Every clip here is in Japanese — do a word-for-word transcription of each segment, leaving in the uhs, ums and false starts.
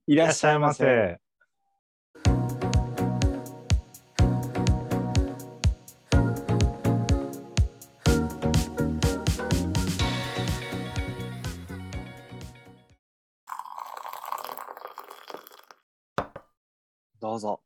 いらっいらっしゃいましゃいませ。 せ。 どうぞ。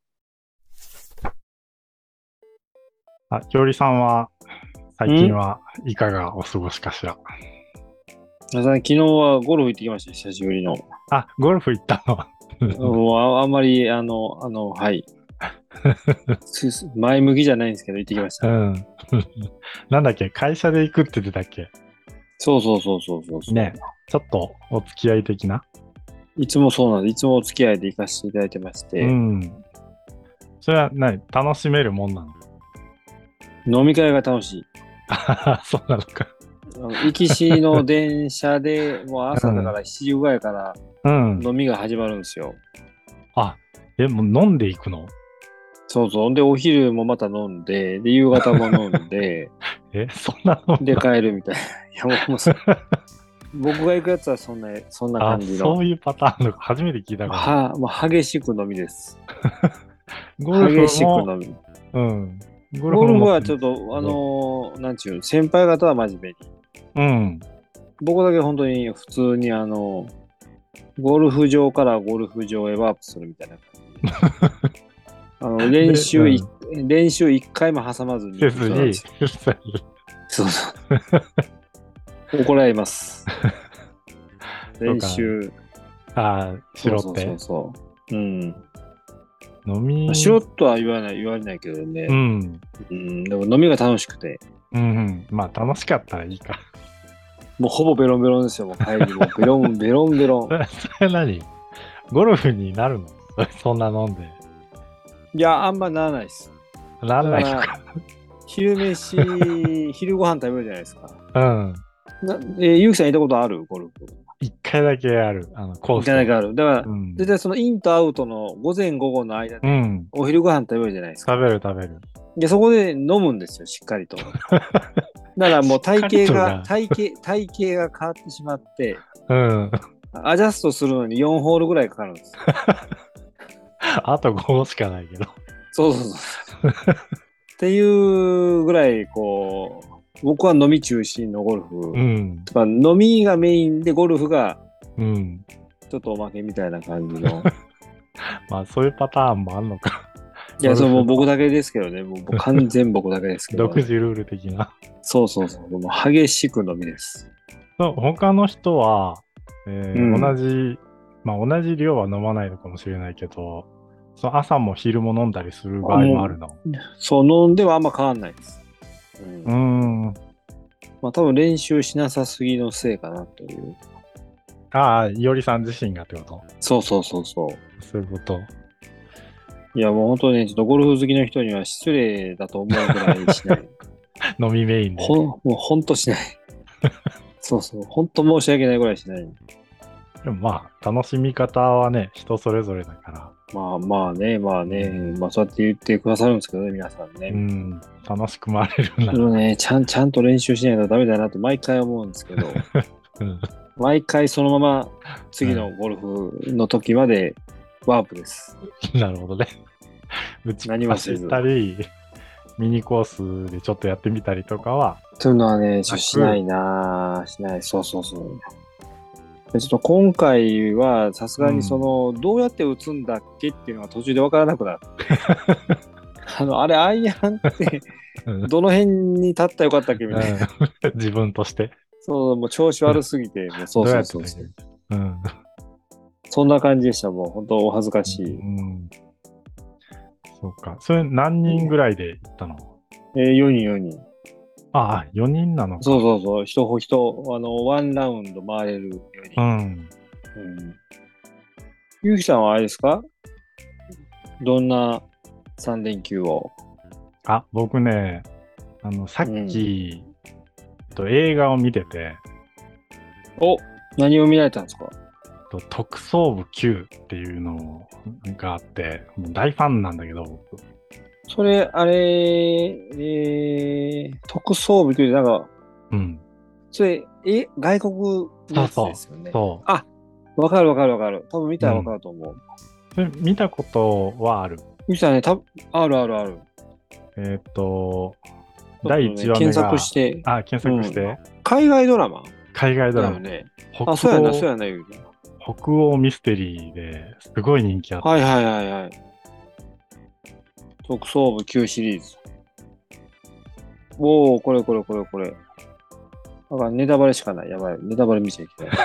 あ、きょうりさんは最近んはいかがお過ごしかしら。 皆さん昨日はゴルフ行ってきました。久しぶりの。 あ、ゴルフ行ったの。 もうああんまり、あの、あの、はい。すす前向きじゃないんですけど、行ってきました。 うん。なんだっけ、会社で行くって言ってたっけ。 そうそうそうそうそうそね、ちょっとお付き合い的な。 う。いつもそうなんで、いつもお付き合いで行かせていただいてましうて、 ん。それは何、楽しめるもんなの。 飲み会が楽しい。 あそうなのか。 あの行きしの電車で、もううん。 朝だからしちじぐらいからうん。 飲みが始まるんですよ。 あ、え、もう飲んでいくの。 そうそう。で、お昼もまた飲んで、で、夕方も飲んで、 え、そんなので、帰るみたいな。いや、もう、もうそ僕が行くやつはそんな、そんなあ、 感じの。 そういうパターンの初めて聞いたかも。 は、もう激しく飲みです。 ゴル激フも、 しく飲み。 うん。ゴルフゴルフももちろんではちょっと、あすけど、 のーなんちゅう、先輩方は真面目に。 うん。 僕だけ本当に普通に、あの、ゴルフ場からゴルフ場へワープするみたいな感じで。あの、練で、う習い、 ん。 練習一回も挟まずにせ行くずに、 人なんですよ。 せずにそうそう。怒られます。練とか、 習。 ああ、しそうそうそうろって。 そう。うん。 飲まあ、しろみ、 っとは言わない、言われないけどね。 うん。 うん、でも飲みが楽しくて。 うん、うん。まあ、楽しかったらいいか。 もうほぼベロンベロンですよ。もう帰りもベロンベロンベロン。 それ、それ何ゴルフになるのそんな飲んで。 いや、あんまならないです。 なんだから、 ないのか。 昼飯、昼ご飯食べるじゃないですか。 うん。 なえー、ゆうきさん行ったことあるゴルフ。 一回だけある。あの、コー行スは。 かないかある。だから、 うん。 絶対そのインとアウトの午前午後の間でうん。 お昼ご飯食べるじゃないですか。 食べる食べる。 で、そこで飲むんですよ、しっかりと。だからもうしっかり体型が、 とが。 体型、体型が変わってしまって、 うん。 アジャストするのによんホールぐらいかかるんです。 あとごしかないけど。 そうそうそう。っていうぐらい、こう、僕は飲み中心のゴルフうん。 とか、飲みがメインでゴルフがうん。 ちょっとおまけみたいな感じの。 まあ、そういうパターンもあんのか。 いや、 ゴルそれもうフの僕だけですけどね。もう完全僕だけですけど。 独自ルール的な。 そうそうそう。もう激しく飲みです。 そう他の人は、えー同うん。 じ、まあ同じ量は飲まないのかもしれないけど、そう朝も昼も飲んだりする場合あもう、 もあるの。 そう飲んではあんま変わんないです。ううーん。 ん。 まあ多分練習しなさすぎのせいかなという。 ああ、いおりさん自身がってこと。 そうそうそうそう。 そういうこと。 いやもう本当にちょっとゴルフ好きの人には失礼だと思うぐらいしない。 飲みメインで。 ほん、もうほんとしない。そうそう。ほんと申し訳ないぐらいしない。 でもまあ、楽しみ方はね、人それぞれだから。 まあまあね、まあね、 うんまあそうやって言ってくださるんですけどね、皆さんね。 うん、楽しく回れるなら。 でもね、ちゃん、ちゃんと練習しないとダメだなと毎回思うんですけど、 うん、 毎回そのまま次のゴルフの時までワープです。 なるほどね。打ち走っ何もせず。 たり、ミニコースでちょっとやってみたりとかは、 というのはね、ちょっとしななく、 いなぁしない。そうそうそう。でちょっと今回はさすがにそうん。 の、どうやって打つんだっけっていうのが途中でわからなくなって、あの、あれ、アイアンってうんどの辺に立ったらよかったっけみたいな。 うん自分として、 そう、もう調子悪すぎて、もうそうどうそうやってたっけそうそう。 うん。 そんな感じでした。もう本当お恥ずかうしい。 ん。そうか。それ何人ぐらいで行ったの。 えー、よにんよにん。 ああ、よにんなのそうか。 そうそう。人、人、あの、ワンラウンド回れるようん。 にん。うん。ゆうきさんはあれですか？どんなさん連休を？ あ、僕ね、あの、さっうん。 き、えっと映画を見てて、 お、何を見られたんですか？ と特捜部 キュー っていうのがあって、もう大ファンなんだけど、僕。 それ、あれ、えー、特捜部というなんか、 うん。 それ、え、外国のやつでそうそう。 すよね。 そあ、 わかるわかるわかる。多分見たらわかると思う。 それ見たことはある。 見たね、たあるあるある。 えっ、と、 ちょっとねだいいちわめが、 検索してあ、検索して、 海外ドラマ海外ドラマ、 だよね。 北あ、そうやな、 欧そうやな、言うて。 北欧ミステリーですごい人気あって、 はいはいはいはい。特捜部きゅうシリーズ。おお、これこれこれこれ。だからネタバレしかない。やばい。ネタバレ見ちゃいけない。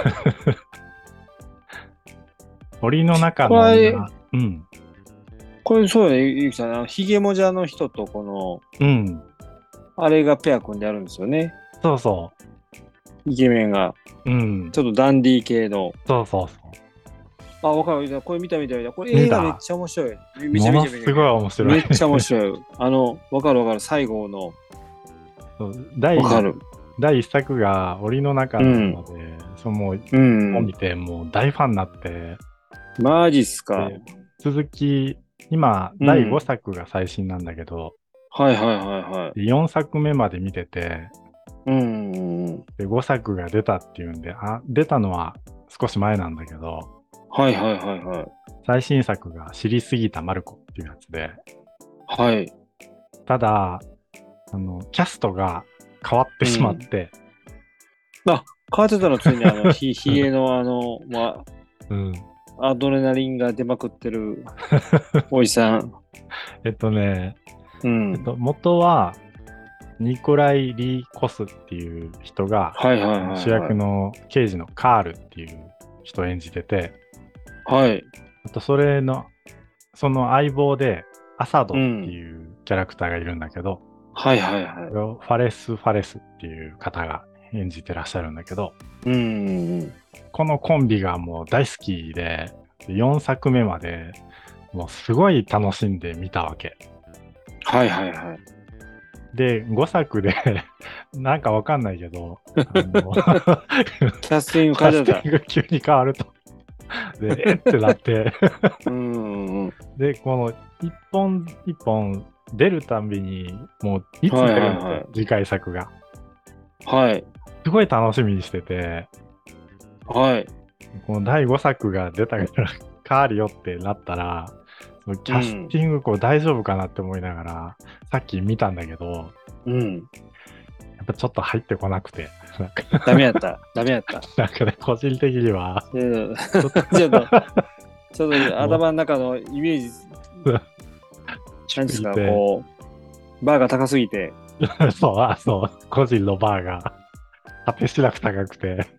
森の中のこれ女、うん、 これそうよね、ゆきさん。あのヒゲもじゃの人とこの、 うん、 あれがペア組んであるんですよね。 そうそイケメンが。 う、うん、 ちょっとダンディー系の。 そうそうそあ、わかる。これ見た見た見た。これ見た映画めっちゃ面白い。 う。 めちゃものめちゃめちゃすごい面白い。 めっちゃ面白い。あの、わかるわかる。最後の。 そう第わかる。 第一作が檻の中のので、そのもう、 うをん見。て、もう大ファンになって、 マジっすか。 で続き、今、 うんだいごさくが最新なんだけど、 はいはいはいはい。 でよんさくめまで見てて、 うんうんうん。 でごさくが出たっていうんで、あ、出たのは少し前なんだけど、 はいはいはいはい。 最新作が知りすぎたマルコっていうやつで、 はい。 ただ、あの、キャストが変わってしまって、 あ、変わってたの、ついにあの、ひ、ひげのあの、まうん。 あ、アドレナリンが出まくってるおじさん。 えっとね、 うん。 えっと、元は、ニコライ・リー・コスっていう人が、 はいはいはい、はい。 主役の刑事のカールっていう人を演じてて、 はい。 あとそれの、その相棒で、アサドっていうキャラクターがいるんだけど、 はいはいはい。 ファレス・ファレスっていう方が演じてらっしゃるんだけど、 うんうんうん。 このコンビがもう大好きで、よんさくめまでもうすごい楽しんで見たわけ。 はいはいはい。 で、ごさくでなんかわかんないけど、あのキャスティングキャステ変えてた。 ィング急に変わると。で、えってなってうんうんうん。 で、この一本一本出るたんびに、もういつ出るのか、 はいはいはい次回作が。 はい。 すごい楽しみにしてて、 はい。 このだいごさくが出たから変わるよってなったら、そのキャスティングこう大丈夫かなって思いながら、さっき見たんだけど、 うん。 やっぱちょっと入ってこなくて、なんかダメやった。ダメやった。 なんかね、個人的には、 うんちょっと、ちょっと、ちょっと頭の中のイメージ、なんですか、こう、バーが高すぎて。 そう、あ、そう、個人のバーが、果てしなく高くて、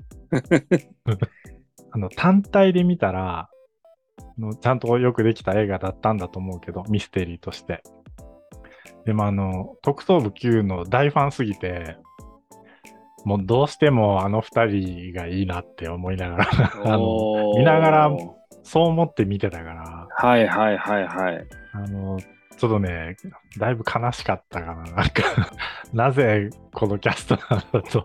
あの、単体で見たら、のちゃんとよくできた映画だったんだと思うけど、ミステリーとして。でもあの、特捜部きゅうの大ファンすぎて、もうどうしてもあの二人がいいなって思いながらあの、見ながらそう思って見てたから、 はいはいはいはい。 あの、ちょっとね、だいぶ悲しかったかな。なんかなぜこのキャストなんだと。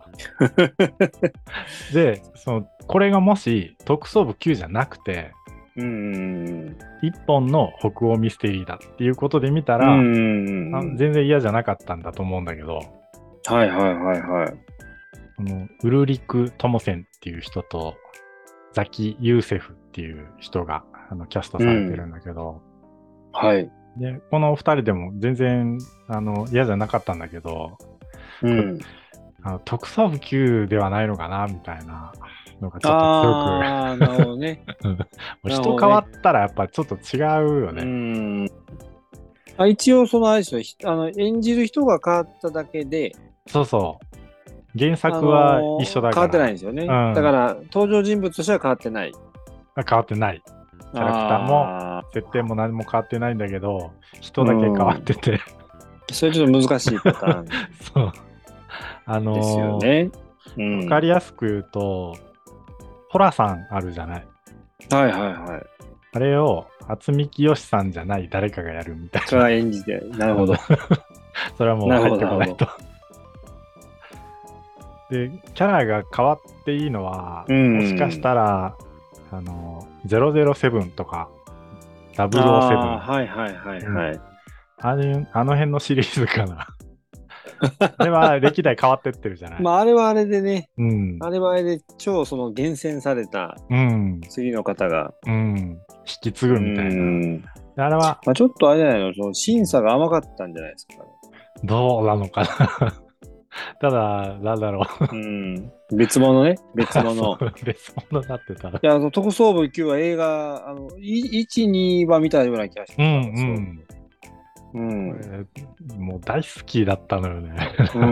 で、その、これがもし特捜部きゅうじゃなくて、 うん一本の北欧ミステリーだっていうことで見たら、 うんあ全然嫌じゃなかったんだと思うんだけど、 はいはいはいはい。 このウルリク・トモセンっていう人とザキ・ユーセフっていう人があのキャストされてるんだけど、 はい。 でこの二人でも全然あの嫌じゃなかったんだけど、 うん。 あの特捜部きゅうではないのかなみたいなのがちょっと強く、 ああ、なるほどね。 もう人変わったらやっぱちょっと違うよね。 うんあ一応そのあれですよ、ひあの演じる人が変わっただけで、 そうそう。原作は一緒だから。 変わってないんですよね。 うんだから登場人物としては変わってない。 変わってない。キャラクターも設定も何も変わってないんだけど、人だけ変わってて、 それちょっと難しいパターンそう。あのー、 ですよね。うん、 わかりやすく言うと、ホラさんあるじゃない。 はいはいはい。 あれを渥美清さんじゃない誰かがやるみたいな。 が演じて、なるほど。 それはもう入ってこないと。で、キャラが変わっていいのは、 うんもしかしたら、あの、ゼロゼロセブンとか、ダブルオーセブン。 あはいはいはいはい。 あれ、あの辺のシリーズかな。 では歴代変わってってるじゃない。 まあ、あれはあれでね、 うん。 あれはあれで超その厳選されたうん。 次の方が、 うん。引き継うぐみたいな。 ん。 であれは、 まあ、ちょっとあれじゃないの、その審査が甘かったんじゃないですか、ね。 どうなのかな。ただ、なんだろう。 うん。別物ね、別物。 そう別物になってたら。 いや、あの特捜部きゅうは映画、あの、いいち、には見たような気がしうます。 んそう。ううん。 ん。 これもう大好きだったのよね。 うん。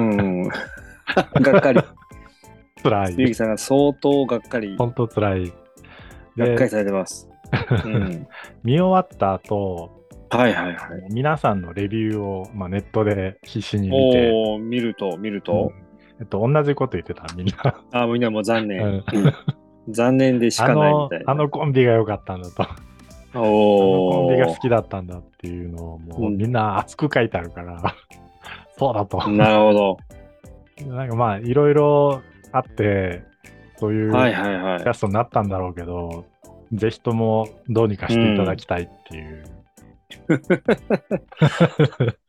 がっかり。 辛い。 ゆうきさんが相当がっかり、 ほんと辛い。で、 がっかりされてます。うん。 見終わった後、 はいはいはい。 皆さんのレビューを、まあ、ネットで必死に見て、 おー、見ると、見ると。 うんえっと、同じこと言ってた、みんな。 あ、みんなもう残念。 うん残念でしかないみあの、 たいな。 あのコンビが良かったんだと。あのコンビが好おきだったんだっていうのをもううんみんな熱く書いてあるから、そうだと。 ー、なるほど。 なんかまあいろいろあって、そういうはいはいはい。 キャストになったんだろうけど、ぜひともどうにかしていただきたいっていう。